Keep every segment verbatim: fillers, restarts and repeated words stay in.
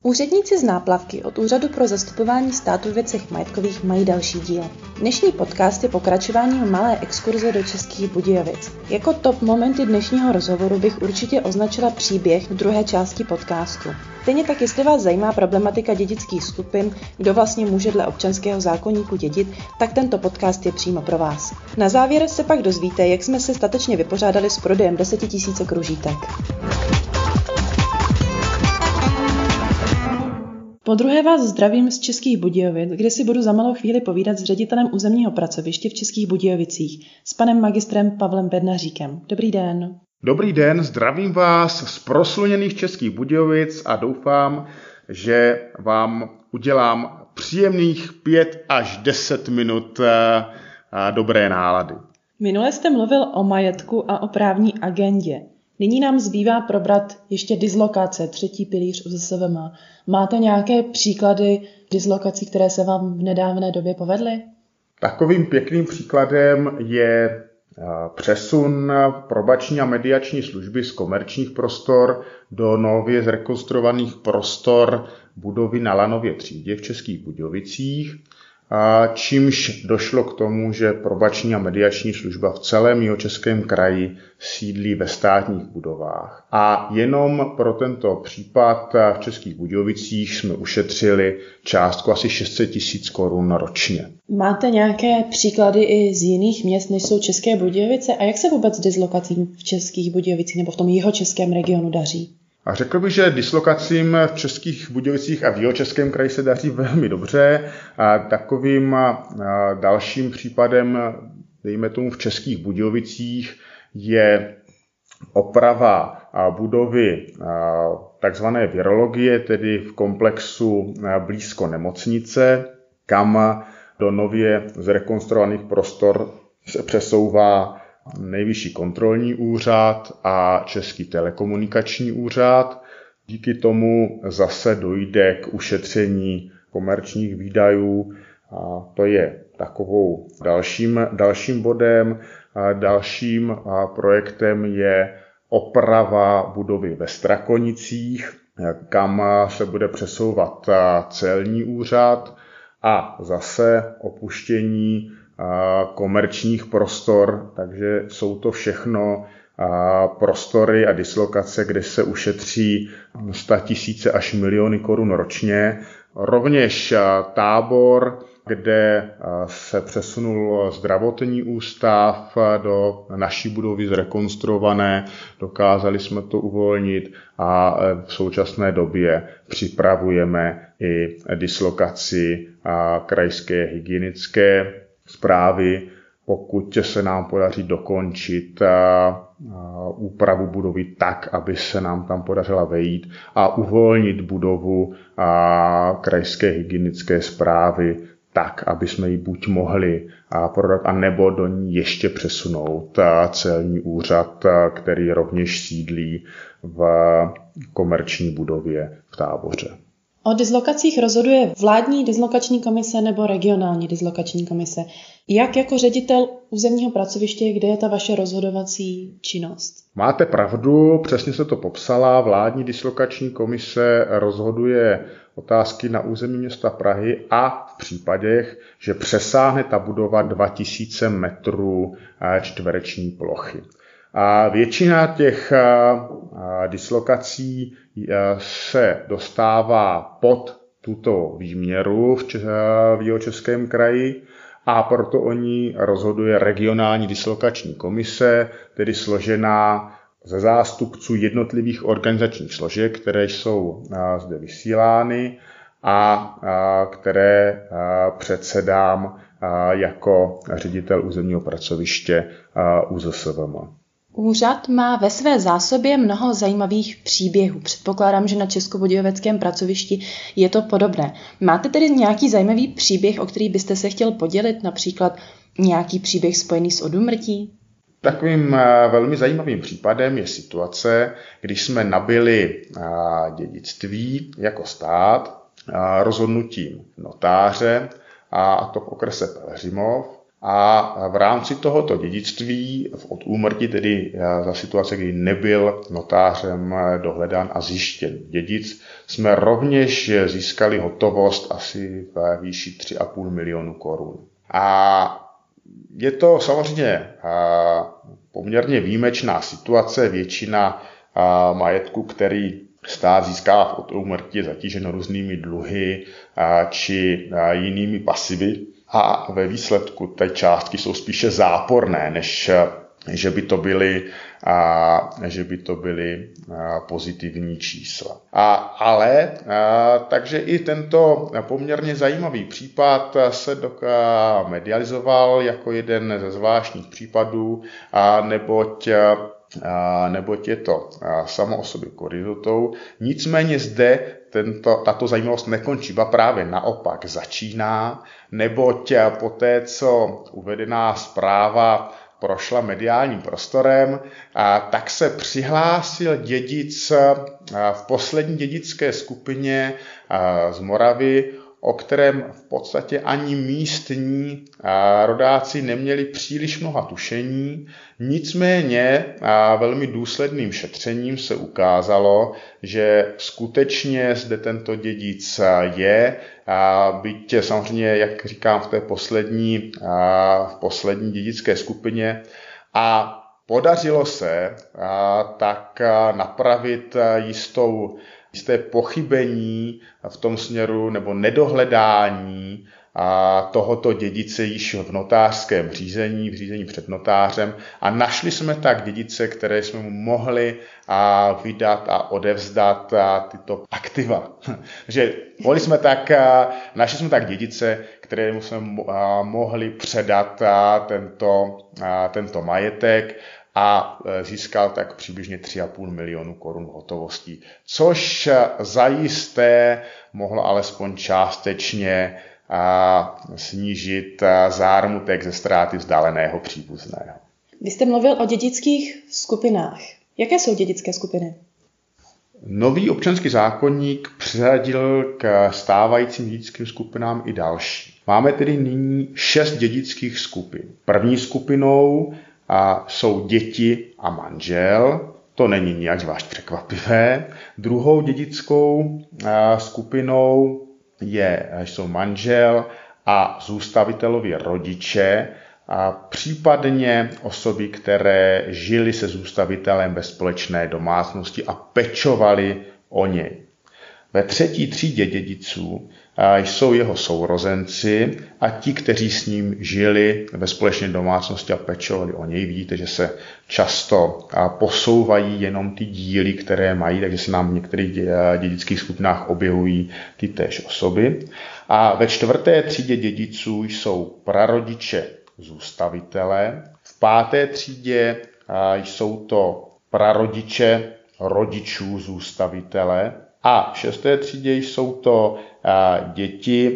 Úředníci z Náplavky od Úřadu pro zastupování státu v věcech majetkových mají další díl. Dnešní podcast je pokračováním malé exkurze do Českých Budějovic. Jako top momenty dnešního rozhovoru bych určitě označila příběh v druhé části podcastu. Stejně tak, jestli vás zajímá problematika dědických skupin, kdo vlastně může dle občanského zákoníku dědit, tak tento podcast je přímo pro vás. Na závěr se pak dozvíte, jak jsme se statečně vypořádali s prodejem deset tisíc kružítek. Po druhé vás zdravím z Českých Budějovic, kde si budu za malou chvíli povídat s ředitelem územního pracoviště v Českých Budějovicích, s panem magistrem Pavlem Bednaříkem. Dobrý den. Dobrý den, zdravím vás z prosluněných Českých Budějovic a doufám, že vám udělám příjemných pět až deset minut dobré nálady. Minule jste mluvil o majetku a o právní agendě. Nyní nám zbývá probrat ještě dislokace, třetí pilíř U Z S V M. Máte nějaké příklady dislokací, které se vám v nedávné době povedly? Takovým pěkným příkladem je přesun probační a mediační služby z komerčních prostor do nově zrekonstruovaných prostor budovy na Lanově třídě v Českých Budějovicích, čímž došlo k tomu, že probační a mediační služba v celém Jihočeském kraji sídlí ve státních budovách. A jenom pro tento případ v Českých Budějovicích jsme ušetřili částku asi šest set tisíc korun ročně. Máte nějaké příklady i z jiných měst, než jsou České Budějovice? A jak se vůbec dislokacím v Českých Budějovicích nebo v tom jihočeském regionu daří? A řekl bych, že dislokacím v Českých Budějovicích a v Jihočeském kraji se daří velmi dobře. A takovým dalším případem, dejme tomu v Českých Budějovicích, je oprava budovy takzvané virologie, tedy v komplexu blízko nemocnice, kam do nově zrekonstruovaných prostor se přesouvá Nejvyšší kontrolní úřad a Český telekomunikační úřad. Díky tomu zase dojde k ušetření komerčních výdajů. A to je takovou dalším, dalším bodem. A dalším projektem je oprava budovy ve Strakonicích, kam se bude přesouvat celní úřad a zase opuštění komerčních prostor, takže jsou to všechno prostory a dislokace, kde se ušetří sta tisíce až miliony korun ročně. Rovněž Tábor, kde se přesunul zdravotní ústav do naší budovy zrekonstruované, dokázali jsme to uvolnit a v současné době připravujeme i dislokaci krajské hygienické správy, pokud se nám podaří dokončit úpravu budovy tak, aby se nám tam podařila vejít a uvolnit budovu krajské hygienické správy tak, aby jsme ji buď mohli prodat, anebo do ní ještě přesunout celní úřad, který rovněž sídlí v komerční budově v Táboře. O dislokacích rozhoduje vládní dislokační komise nebo regionální dislokační komise. Jak jako ředitel územního pracoviště, kde je ta vaše rozhodovací činnost? Máte pravdu, přesně se to popsala. Vládní dislokační komise rozhoduje otázky na území města Prahy a v případech, že přesáhne ta budova dva tisíce metrů čtvereční plochy. A většina těch dislokací se dostává pod tuto výměru v Jihočeském kraji a proto o ní rozhoduje regionální dislokační komise, tedy složená ze zástupců jednotlivých organizačních složek, které jsou zde vysílány a které předsedám jako ředitel územního pracoviště U Z S V M. Úřad má ve své zásobě mnoho zajímavých příběhů. Předpokládám, že na českobudějovickém pracovišti je to podobné. Máte tedy nějaký zajímavý příběh, o který byste se chtěl podělit? Například nějaký příběh spojený s odúmrtí? Takovým velmi zajímavým případem je situace, když jsme nabyli dědictví jako stát rozhodnutím notáře, a to v okrese Pelhřimov. A v rámci tohoto dědictví od úmrtí, tedy za situace, kdy nebyl notářem dohledán a zjištěn dědic, jsme rovněž získali hotovost asi ve výši tři a půl milionu korun. A je to samozřejmě poměrně výjimečná situace. Většina majetku, který stát získává od úmrtí, je zatíženo různými dluhy či jinými pasivy. A ve výsledku té částky jsou spíše záporné, než že by to byly, a, že by to byly a, pozitivní čísla. A, ale a, takže i tento poměrně zajímavý případ se doká, medializoval jako jeden ze zvláštních případů, a, neboť A, neboť je to a, samo o sobě kuriozitou. Nicméně zde tento, tato zajímavost nekončí, ba právě naopak začíná, neboť po té, co uvedená zpráva prošla mediálním prostorem, a, tak se přihlásil dědic a, v poslední dědické skupině a, z Moravy, o kterém v podstatě ani místní rodáci neměli příliš mnoha tušení. Nicméně velmi důsledným šetřením se ukázalo, že skutečně zde tento dědic je, byť samozřejmě, jak říkám, v té poslední, v poslední dědické skupině. A podařilo se tak napravit jistou jisté pochybení v tom směru nebo nedohledání a tohoto dědice již v notářském řízení, v řízení před notářem, a našli jsme tak dědice, které jsme mu mohli a vydat a odevzdat a tyto aktiva. že mohli jsme tak, našli jsme tak dědice, které jsme mohli předat tento, tento majetek, a získal tak přibližně tři a půl milionu korun hotovostí, což zajisté mohlo alespoň částečně snížit zármutek ze ztráty vzdáleného příbuzného. Vy jste mluvil o dědických skupinách. Jaké jsou dědické skupiny? Nový občanský zákoník přiřadil k stávajícím dědickým skupinám i další. Máme tedy nyní šest dědických skupin. První skupinou a jsou děti a manžel, to není nijak zvlášť překvapivé. Druhou dědickou skupinou je, jsou manžel a zůstavitelovi rodiče, a případně osoby, které žily se zůstavitelem ve společné domácnosti a pečovali o něj. Ve třetí třídě dědiců jsou jeho sourozenci a ti, kteří s ním žili ve společné domácnosti a pečovali o něj. Vidíte, že se často posouvají jenom ty díly, které mají, takže se nám v některých dědických skupinách objevují ty též osoby. A ve čtvrté třídě dědiců jsou prarodiče zůstavitelé. V páté třídě jsou to prarodiče rodičů zůstavitele. A v šesté třídě jsou to děti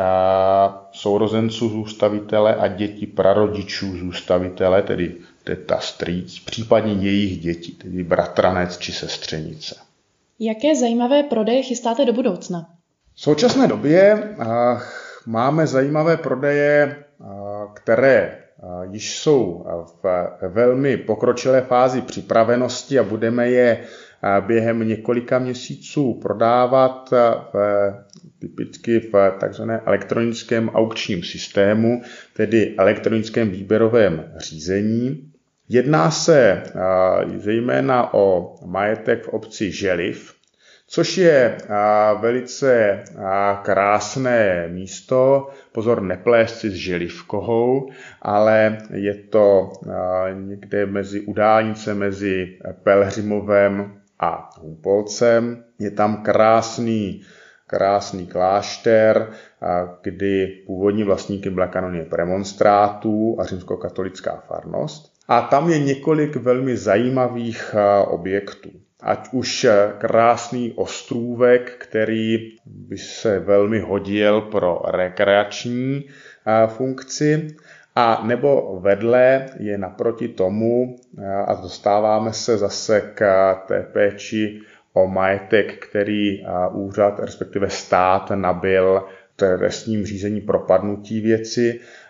sourozenců zůstavitele a děti prarodičů zůstavitele, tedy teta, strýc, případně jejich děti, tedy bratranec či sestřenice. Jaké zajímavé prodeje chystáte do budoucna? V současné době máme zajímavé prodeje, které již jsou v velmi pokročilé fázi připravenosti a budeme je během několika měsíců prodávat v, typicky v takzvaném elektronickém aukčním systému, tedy elektronickém výběrovém řízení. Jedná se zejména o majetek v obci Želiv, což je velice krásné místo. Pozor, neplést si s Želivkohou, ale je to někde mezi u dálnice mezi Pelhřimovem a Humpolcem. Je tam krásný, krásný klášter, kdy původní vlastníky byla kanonie premonstrátů a římskokatolická farnost. A tam je několik velmi zajímavých objektů. Ať už krásný ostrůvek, který by se velmi hodil pro rekreační funkci, a nebo vedle je naproti tomu, a dostáváme se zase k té péči o majetek, který úřad, respektive stát, nabyl v trestním řízení propadnutí věci,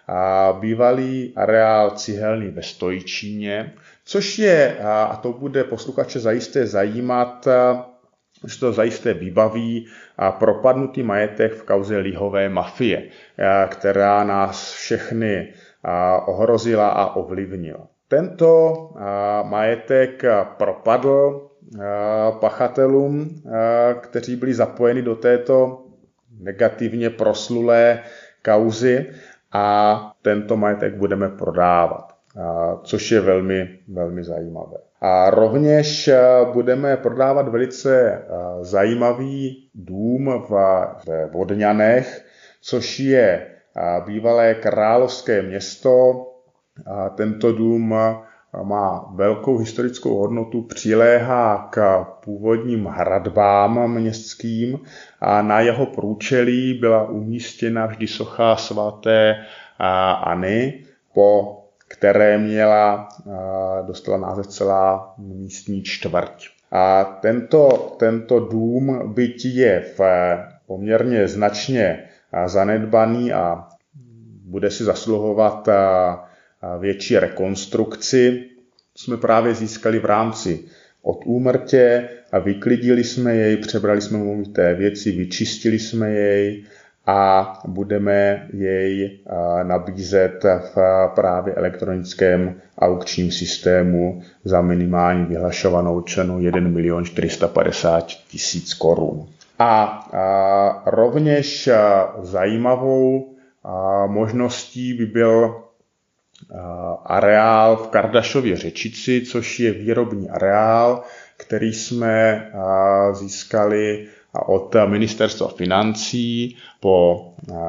bývalý areál cihelny ve Stojičíně, což je, a to bude posluchače zajisté zajímat, že to zajisté vybaví propadnutý majetek v kauze lihové mafie, která nás všechny ohrozila a ovlivnila. Tento majetek propadl pachatelům, kteří byli zapojeni do této negativně proslulé kauzy, a tento majetek budeme prodávat, což je velmi, velmi zajímavé. A rovněž budeme prodávat velice zajímavý dům ve Vodňanech, což je bývalé královské město. A tento dům má velkou historickou hodnotu, přiléhá k původním hradbám městským a na jeho průčelí byla umístěna vždy socha svaté Anny, po které měla, dostala název celá místní čtvrť. A tento, tento dům, byť je v poměrně značně zanedbaný a bude si zasluhovat větší rekonstrukci, jsme právě získali v rámci od úmrtě a vyklidili jsme jej, přebrali jsme movité věci, vyčistili jsme jej a budeme jej nabízet v právě elektronickém aukčním systému za minimální vyhlašovanou cenu jeden milion čtyři sta padesát tisíc korun. A, a rovněž zajímavou a možností by byl areál v Kardašově Řečici, což je výrobní areál, který jsme získali od Ministerstva financí po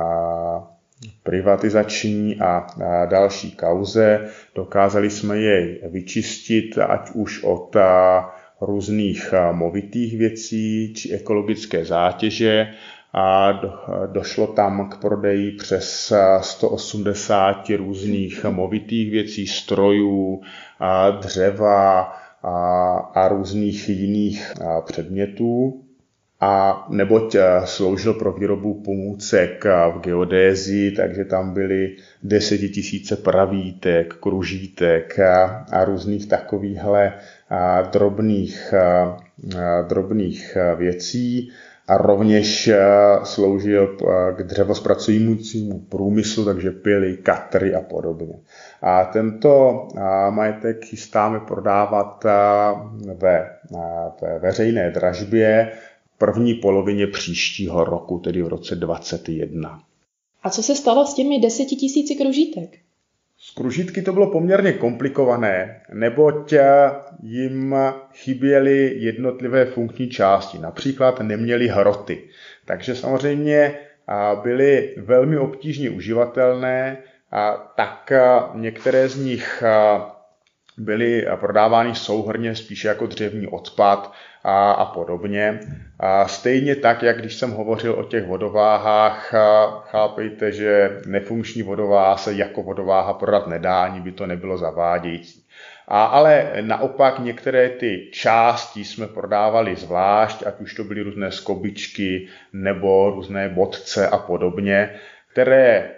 privatizační a další kauze. Dokázali jsme jej vyčistit, ať už od různých movitých věcí či ekologické zátěže, a došlo tam k prodeji přes sto osmdesát různých movitých věcí, strojů, dřeva a různých jiných předmětů. A neboť sloužil pro výrobu pomůcek v geodézii, takže tam byly desetitisíce pravítek, kružítek a, a různých takovýchhle a, drobných, a, drobných věcí. A rovněž sloužil k dřevozpracujícímu průmyslu, takže pily, katry a podobně. A tento majetek chystáme prodávat ve, ve veřejné dražbě v první polovině příštího roku, tedy v roce dvacet jedna. A co se stalo s těmi deseti tisíci kružítek? S kružítky to bylo poměrně komplikované, neboť jim chyběly jednotlivé funkční části, například neměly hroty. Takže samozřejmě byly velmi obtížně uživatelné, a tak některé z nich byly prodávány souhrnně spíše jako dřevní odpad a, a podobně. A stejně tak, jak když jsem hovořil o těch vodováhách, chápejte, že nefunkční vodováha se jako vodováha prodat nedá, ani by to nebylo zavádějící. A, ale naopak některé ty části jsme prodávali zvlášť, ať už to byly různé skobičky nebo různé bodce a podobně, které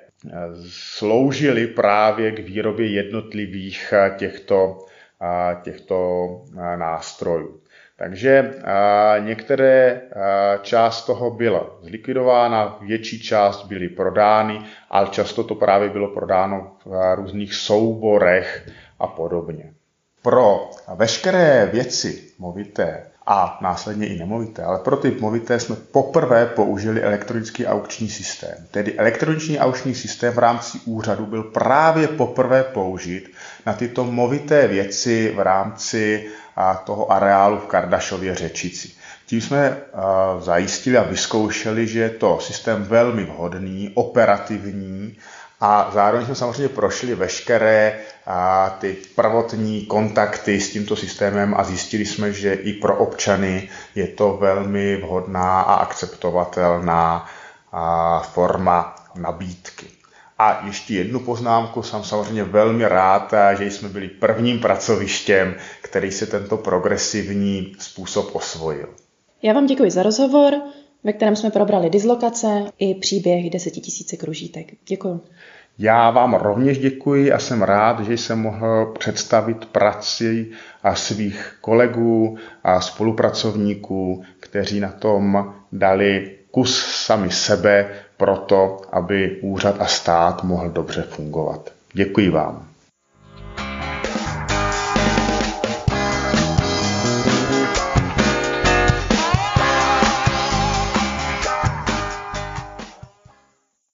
sloužily právě k výrobě jednotlivých těchto, těchto nástrojů. Takže některé část toho byla zlikvidována, větší část byly prodány, ale často to právě bylo prodáno v různých souborech a podobně. Pro veškeré věci movité a následně i nemovité, ale pro ty movité jsme poprvé použili elektronický aukční systém. Tedy elektronický aukční systém v rámci úřadu byl právě poprvé použit na tyto movité věci v rámci toho areálu v Kardašově Řečici. Tím jsme zajistili a vyzkoušeli, že je to systém velmi vhodný, operativní, a zároveň jsme samozřejmě prošli veškeré a, ty prvotní kontakty s tímto systémem a zjistili jsme, že i pro občany je to velmi vhodná a akceptovatelná a, forma nabídky. A ještě jednu poznámku, jsem samozřejmě velmi rád, že jsme byli prvním pracovištěm, který se tento progresivní způsob osvojil. Já vám děkuji za rozhovor, ve kterém jsme probrali dislokace i příběh deseti tisíc kružítek. Děkuji. Já vám rovněž děkuji a jsem rád, že jsem mohl představit práci a svých kolegů a spolupracovníků, kteří na tom dali kus sami sebe proto, aby úřad a stát mohl dobře fungovat. Děkuji vám.